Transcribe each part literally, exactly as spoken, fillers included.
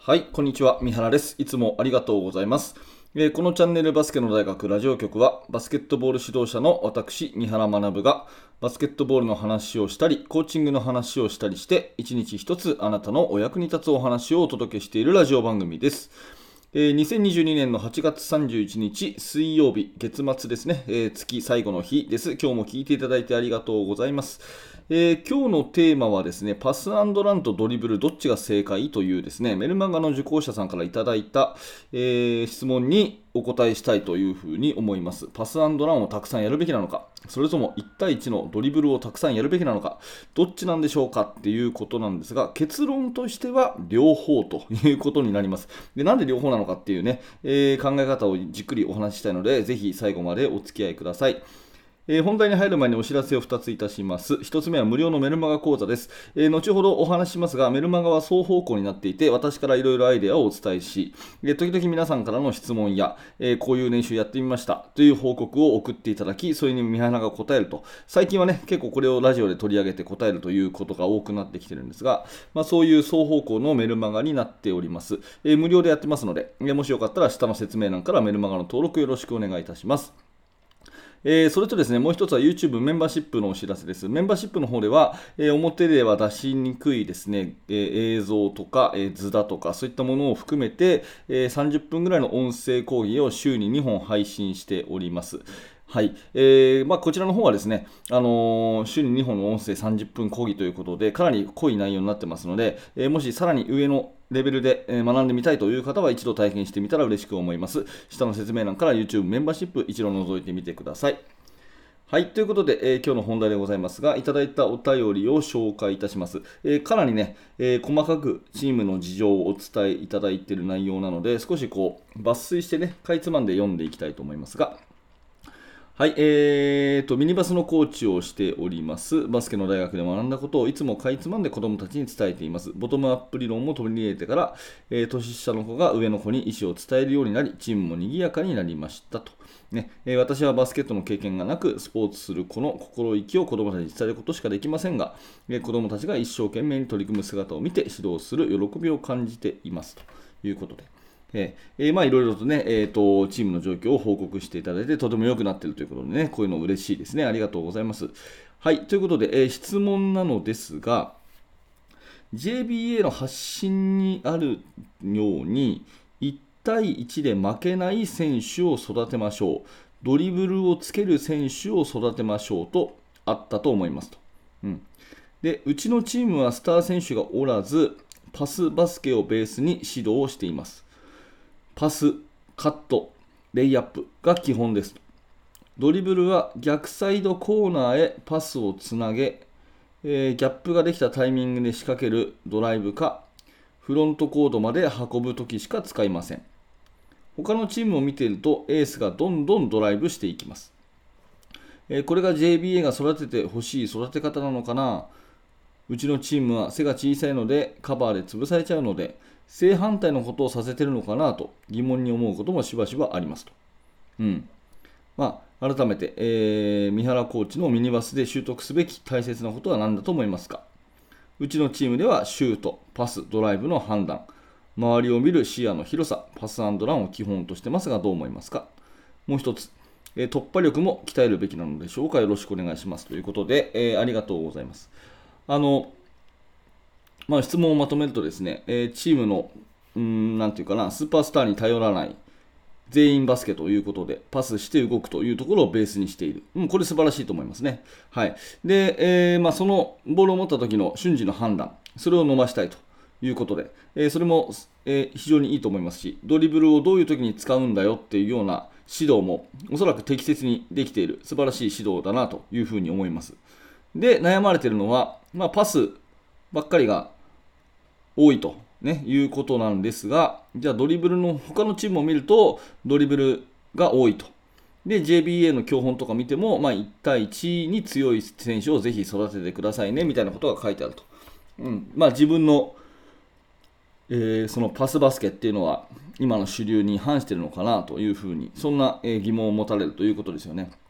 はい、こんにちは。三原です。いつもありがとうございます。えーこのチャンネルバスケの大学ラジオ局は、バスケットボール指導者の私、三原学が、バスケットボールの話をしたり、コーチングの話をしたりして、一日一つあなたのお役に立つお話をお届けしているラジオ番組です。えーにせんにじゅうにねんのはちがつさんじゅういちにち水曜日、月末ですね、えー月最後の日です。今日も聞いていただいてありがとうございます。えー今日のテーマはですね、パスランとドリブルどっちが正解というですね、メルマガの受講者さんからいただいた、えー質問にお答えしたいというふうに思います。パスランをたくさんやるべきなのか、それともいち対いちのドリブルをたくさんやるべきなのか、どっちなんでしょうかっていうことなんですが、結論としては両方ということになります。で、なんで両方なのかっていうね、えー考え方をじっくりお話ししたいので、ぜひ最後までお付き合いください。えー本題に入る前にお知らせをふたついたします。ひとつめは無料のメルマガ講座です。えー後ほどお話ししますが、メルマガは双方向になっていて、私からいろいろアイデアをお伝えし、えー時々皆さんからの質問や、えーこういう練習やってみましたという報告を送っていただき、それに三原が答えると。最近はね、結構これをラジオで取り上げて答えるということが多くなってきてるんですが、まあ、そういう双方向のメルマガになっております。えー無料でやってますので、えーもしよかったら下の説明欄からメルマガの登録よろしくお願いいたします。えーそれとですね、もう一つは YouTube メンバーシップのお知らせです。メンバーシップの方では、えー表では出しにくいですね、えー映像とか、えー図だとか、そういったものを含めて、えーさんじゅっぷんぐらいの音声講義を週ににほん配信しております。はい。えーまあ、こちらの方はですね、あのー週ににほんの音声さんじゅっぷん講義ということで、かなり濃い内容になってますので、えーもしさらに上のレベルでえー学んでみたいという方は一度体験してみたら嬉しく思います。下の説明欄から YouTube メンバーシップ一度覗いてみてください。はい。ということで、えー今日の本題でございますが、いただいたお便りを紹介いたします。えーかなりね、えー細かくチームの事情をお伝えいただいている内容なので、少しこう、抜粋してね、かいつまんで読んでいきたいと思いますが、はい、えーと、ミニバスのコーチをしております。バスケの大学で学んだことをいつもかいつまんで子どもたちに伝えています。ボトムアップ理論も取り入れてから、えー年下の子が上の子に意思を伝えるようになり、チームも賑やかになりましたと。ねえー私はバスケットの経験がなく、スポーツする子の心意気を子どもたちに伝えることしかできませんが、えー子どもたちが一生懸命に取り組む姿を見て指導する喜びを感じていますということで。えーえーまあいろいろとね、えーと、チームの状況を報告していただいて、とても良くなっているということでね、こういうの嬉しいですね。ありがとうございます。はい、ということで、えー質問なのですが、ジェービーエー の発信にあるように、いち対いちで負けない選手を育てましょう。ドリブルをつける選手を育てましょうとあったと思いますと。うん、で、うちのチームはスター選手がおらず、パスバスケをベースに指導をしています。パス、カット、レイアップが基本です。ドリブルは逆サイドコーナーへパスをつなげ、えーギャップができたタイミングで仕掛けるドライブか、フロントコードまで運ぶときしか使いません。他のチームを見ているとエースがどんどんドライブしていきます。えーこれが ジェービーエー が育ててほしい育て方なのかな。うちのチームは背が小さいのでカバーで潰されちゃうので、正反対のことをさせてるのかなと疑問に思うこともしばしばありますと。うん。まあ、改めて、えー三原コーチのミニバスで習得すべき大切なことは何だと思いますか。うちのチームではシュート、パス、ドライブの判断、周りを見る視野の広さ、パスアンドランを基本としてますがどう思いますか。もう一つ、えー突破力も鍛えるべきなのでしょうか。よろしくお願いしますということで、えーありがとうございます。あの、まあ、質問をまとめるとですね、えーチームの、うーん、なんていうかな、スーパースターに頼らない、全員バスケということで、パスして動くというところをベースにしている。うん、これ素晴らしいと思いますね。はい。で、えーまあ、そのボールを持った時の瞬時の判断、それを伸ばしたいということで、えーそれも、えー非常にいいと思いますし、ドリブルをどういう時に使うんだよっていうような指導も、おそらく適切にできている素晴らしい指導だなというふうに思います。で、悩まれているのは、まあ、パスばっかりが多いと、ね、いうことなんですが、じゃあドリブルの他のチームを見るとドリブルが多いと。で、ジェービーエー の教本とか見ても、まあ、いち対いちに強い選手をぜひ育ててくださいねみたいなことが書いてあると。うんまあ、自分の、えーそのパスバスケっていうのは今の主流に反しているのかなというふうに、そんな、えー疑問を持たれるということですよね。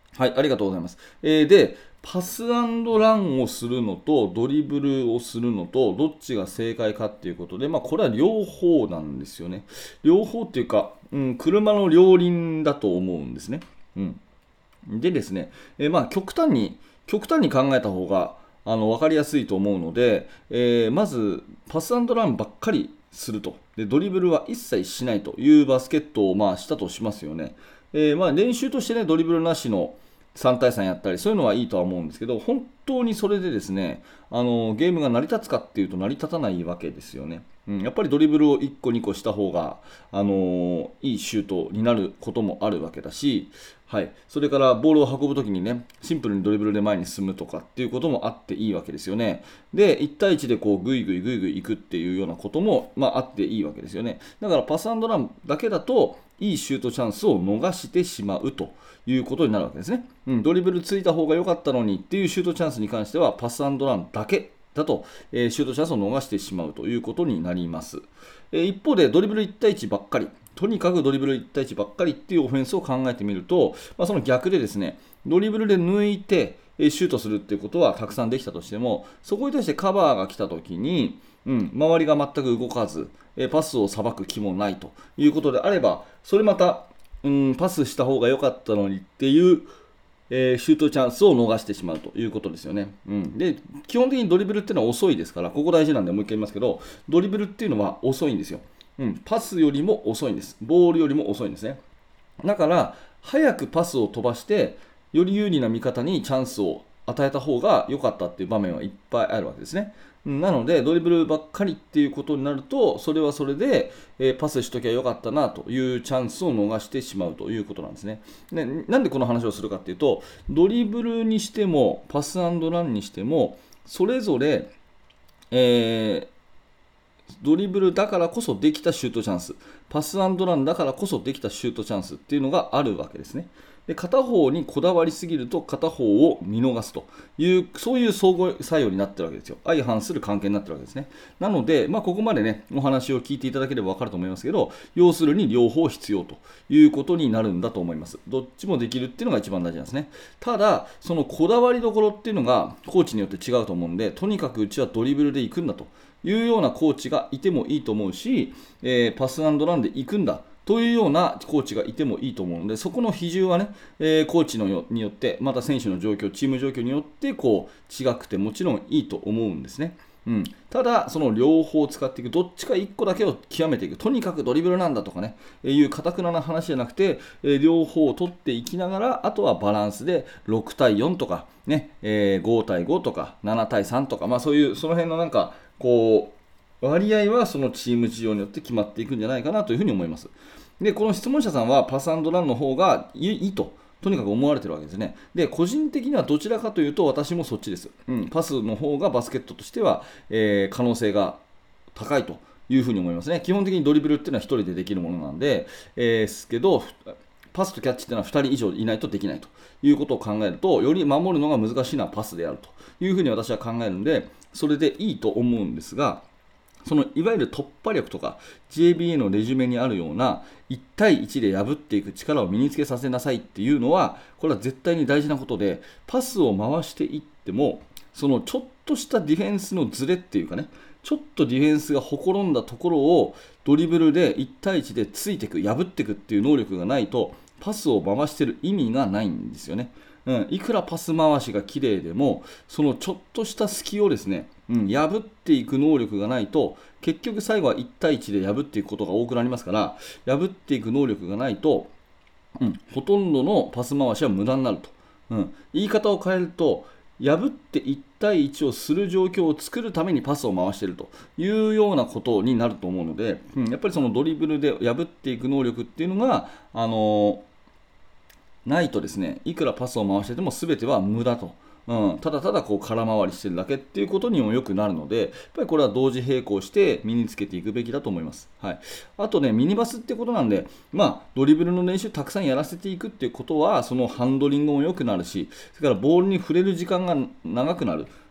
はい、ありがとうございます。えーで、パスランをするのとドリブルをするのとどっちが正解かっていうことで、まあ、これは両方なんですよね。両方っていうか、うん、車の両輪だと思うんですね。うん、でですね、えーまあ極端に極端に考えた方があの分かりやすいと思うので、えーまずパスランばっかりするとで、ドリブルは一切しないというバスケットをまあしたとしますよね。えーまあ練習としてね、ドリブルなしのさん対さんやったり、そういうのはいいとは思うんですけど、本当にそれでですね、あのゲームが成り立つかっていうと成り立たないわけですよね。うん、やっぱりドリブルをいっこにこした方が、あのーいいシュートになることもあるわけだし、はい、それからボールを運ぶときにね、シンプルにドリブルで前に進むとかっていうこともあっていいわけですよね。で、いち対いちでこうグイグイグイグイ行くっていうようなことも、まあ、あっていいわけですよね。だからパスランだけだと、いいシュートチャンスを逃してしまうということになるわけですね。うん、ドリブルついた方が良かったのにっていうシュートチャンスに関しては、パスランだけだと、えーシュートチャンスを逃してしまうということになります。えー一方でドリブルいち対いちばっかり、とにかくドリブルいち対いちばっかりっていうオフェンスを考えてみると、まあ、その逆でですね、ドリブルで抜いてえーシュートするっていうことはたくさんできたとしても、そこに対してカバーが来たときに、うん、周りが全く動かず、えーパスをさばく気もないということであれば、それまた、うん、パスした方が良かったのにっていう、えーシュートチャンスを逃してしまうということですよね。うん、で基本的にドリブルっていうのは遅いですから、ここ大事なんでもう一回言いますけど、ドリブルっていうのは遅いんですよ。うん、パスよりも遅いんです。ボールよりも遅いんですね。だから、早くパスを飛ばして、より有利な味方にチャンスを与えた方が良かったっていう場面はいっぱいあるわけですね。なので、ドリブルばっかりっていうことになると、それはそれで、えーパスしときゃよかったなというチャンスを逃してしまうということなんですね。でなんでこの話をするかっていうと、ドリブルにしても、パスランにしても、それぞれ、えードリブルだからこそできたシュートチャンス、パスランだからこそできたシュートチャンスっていうのがあるわけですね。で片方にこだわりすぎると片方を見逃すという、そういう相互作用になってるわけですよ。相反する関係になってるわけですね。なので、まあ、ここまでね、お話を聞いていただければ分かると思いますけど、要するに両方必要ということになるんだと思います。どっちもできるっていうのが一番大事なんですね。ただ、そのこだわりどころっていうのがコーチによって違うと思うんで、とにかくうちはドリブルで行くんだというようなコーチがいてもいいと思うし、えーパスランで行くんだというようなコーチがいてもいいと思うので、そこの比重はね、えーコーチのよによって、また選手の状況、チーム状況によってこう違くてもちろんいいと思うんですね。うん、ただ、その両方を使っていく、どっちかいっこだけを極めていく、とにかくドリブルなんだとかね、えーいう堅くなな話じゃなくて、えー両方を取っていきながら、あとはバランスでろく対よんとか、ねえーご対ごとかなな対さんとか、まあ、そういうその辺のなんかこう割合はそのチーム事情によって決まっていくんじゃないかなというふうに思います。で、この質問者さんはパスランの方がいいと、とにかく思われてるわけですね。で、個人的にはどちらかというと、私もそっちです。うん、パスの方がバスケットとしては、えー可能性が高いというふうに思いますね。基本的にドリブルっていうのはひとりでできるものなんで、えーですけど、パスとキャッチっていうのはふたり以上いないとできないということを考えると、より守るのが難しいのはパスであるというふうに私は考えるので、それでいいと思うんですが、そのいわゆる突破力とか ジェービーエー のレジュメにあるようないち対いちで破っていく力を身につけさせなさいっていうのは、これは絶対に大事なことで、パスを回していっても、そのちょっとしたディフェンスのズレっていうかね、ちょっとディフェンスがほころんだところをドリブルでいち対いちでついていく、破っていくっていう能力がないと、パスを回してる意味がないんですよね。うん、いくらパス回しが綺麗でも、そのちょっとした隙をですね、うん、破っていく能力がないと、結局最後はいち対いちで破っていくことが多くなりますから、破っていく能力がないと、うん、ほとんどのパス回しは無駄になると。うん、言い方を変えると、破っていち対いちをする状況を作るためにパスを回しているというようなことになると思うので、うん、やっぱりそのドリブルで破っていく能力っていうのが、あのーないとですね、いくらパスを回してても全ては無駄と。うん、ただただこう空回りしてるだけっていうことにもよくなるので、やっぱりこれは同時並行して身につけていくべきだと思います。はい、あとね、ミニバスってことなんで、まあ、ドリブルの練習たくさんやらせていくっていうことは、そのハンドリングも良くなるし、それからボールに触れる時間が長くなる。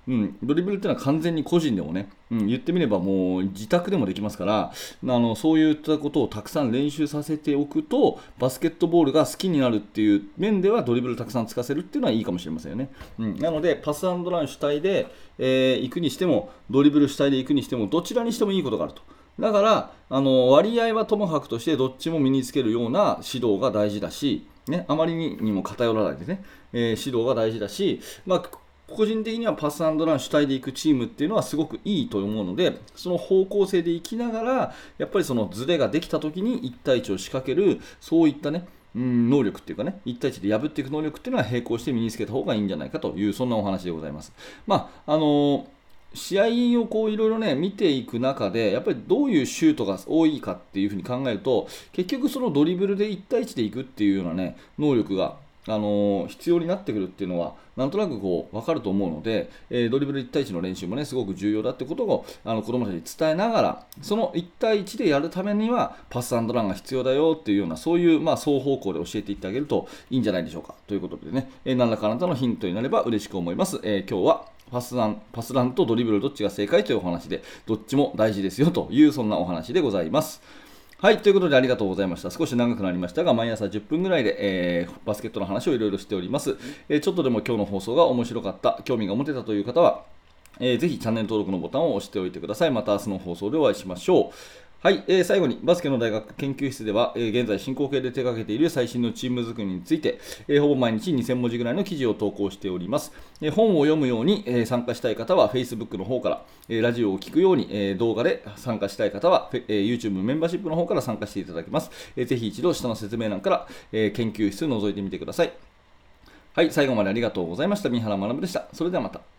うん、ドリブルっていうのは完全に個人でもね、うん、言ってみればもう自宅でもできますから、あのそういったことをたくさん練習させておくと、バスケットボールが好きになるっていう面ではドリブルたくさんつかせるっていうのはいいかもしれませんよね。うん、なのでパスアンドラン主体で、えー行くにしても、ドリブル主体で行くにしても、どちらにしてもいいことがあると。だからあの割合はともかくとしてどっちも身につけるような指導が大事だし、ね、あまりにも偏らないでね、えー指導が大事だし、まあ、個人的にはパスアンドラン主体でいくチームっていうのはすごくいいと思うので、その方向性でいきながら、やっぱりそのズレができた時にいち対いちを仕掛ける、そういったね、うん、能力っていうかね、いち対いちで破っていく能力っていうのは並行して身につけた方がいいんじゃないかという、そんなお話でございます。まあ、あのー試合をこういろいろね見ていく中で、やっぱりどういうシュートが多いかっていうふうに考えると、結局そのドリブルでいち対いちでいくっていうようなね能力が、あのー必要になってくるっていうのはなんとなくこう分かると思うので、えードリブルいち対いちの練習もねすごく重要だってことをあの子どもたちに伝えながら、そのいち対いちでやるためにはパスアンドランが必要だよっていうような、そういうまあ双方向で教えていってあげるといいんじゃないでしょうかということでね、えー何らかあなたのヒントになれば嬉しく思います。えー今日はパスラン、パスランとドリブルどっちが正解というお話で、どっちも大事ですよという、そんなお話でございます。はい、ということでありがとうございました。少し長くなりましたが、毎朝じゅっぷんぐらいで、えーバスケットの話をいろいろしております、えーちょっとでも今日の放送が面白かった、興味が持てたという方は、えーぜひチャンネル登録のボタンを押しておいてください。また明日の放送でお会いしましょう。はい、えー最後にバスケの大学研究室では、えー現在進行形で手掛けている最新のチーム作りについて、えーほぼ毎日にせんもじぐらいの記事を投稿しております。えー本を読むように、えー参加したい方は Facebook の方から、えーラジオを聞くように、えー動画で参加したい方は、えー YouTube メンバーシップの方から参加していただけます。えーぜひ一度下の説明欄から、えー研究室を覗いてみてください。はい、最後までありがとうございました。三原学でした。それではまた。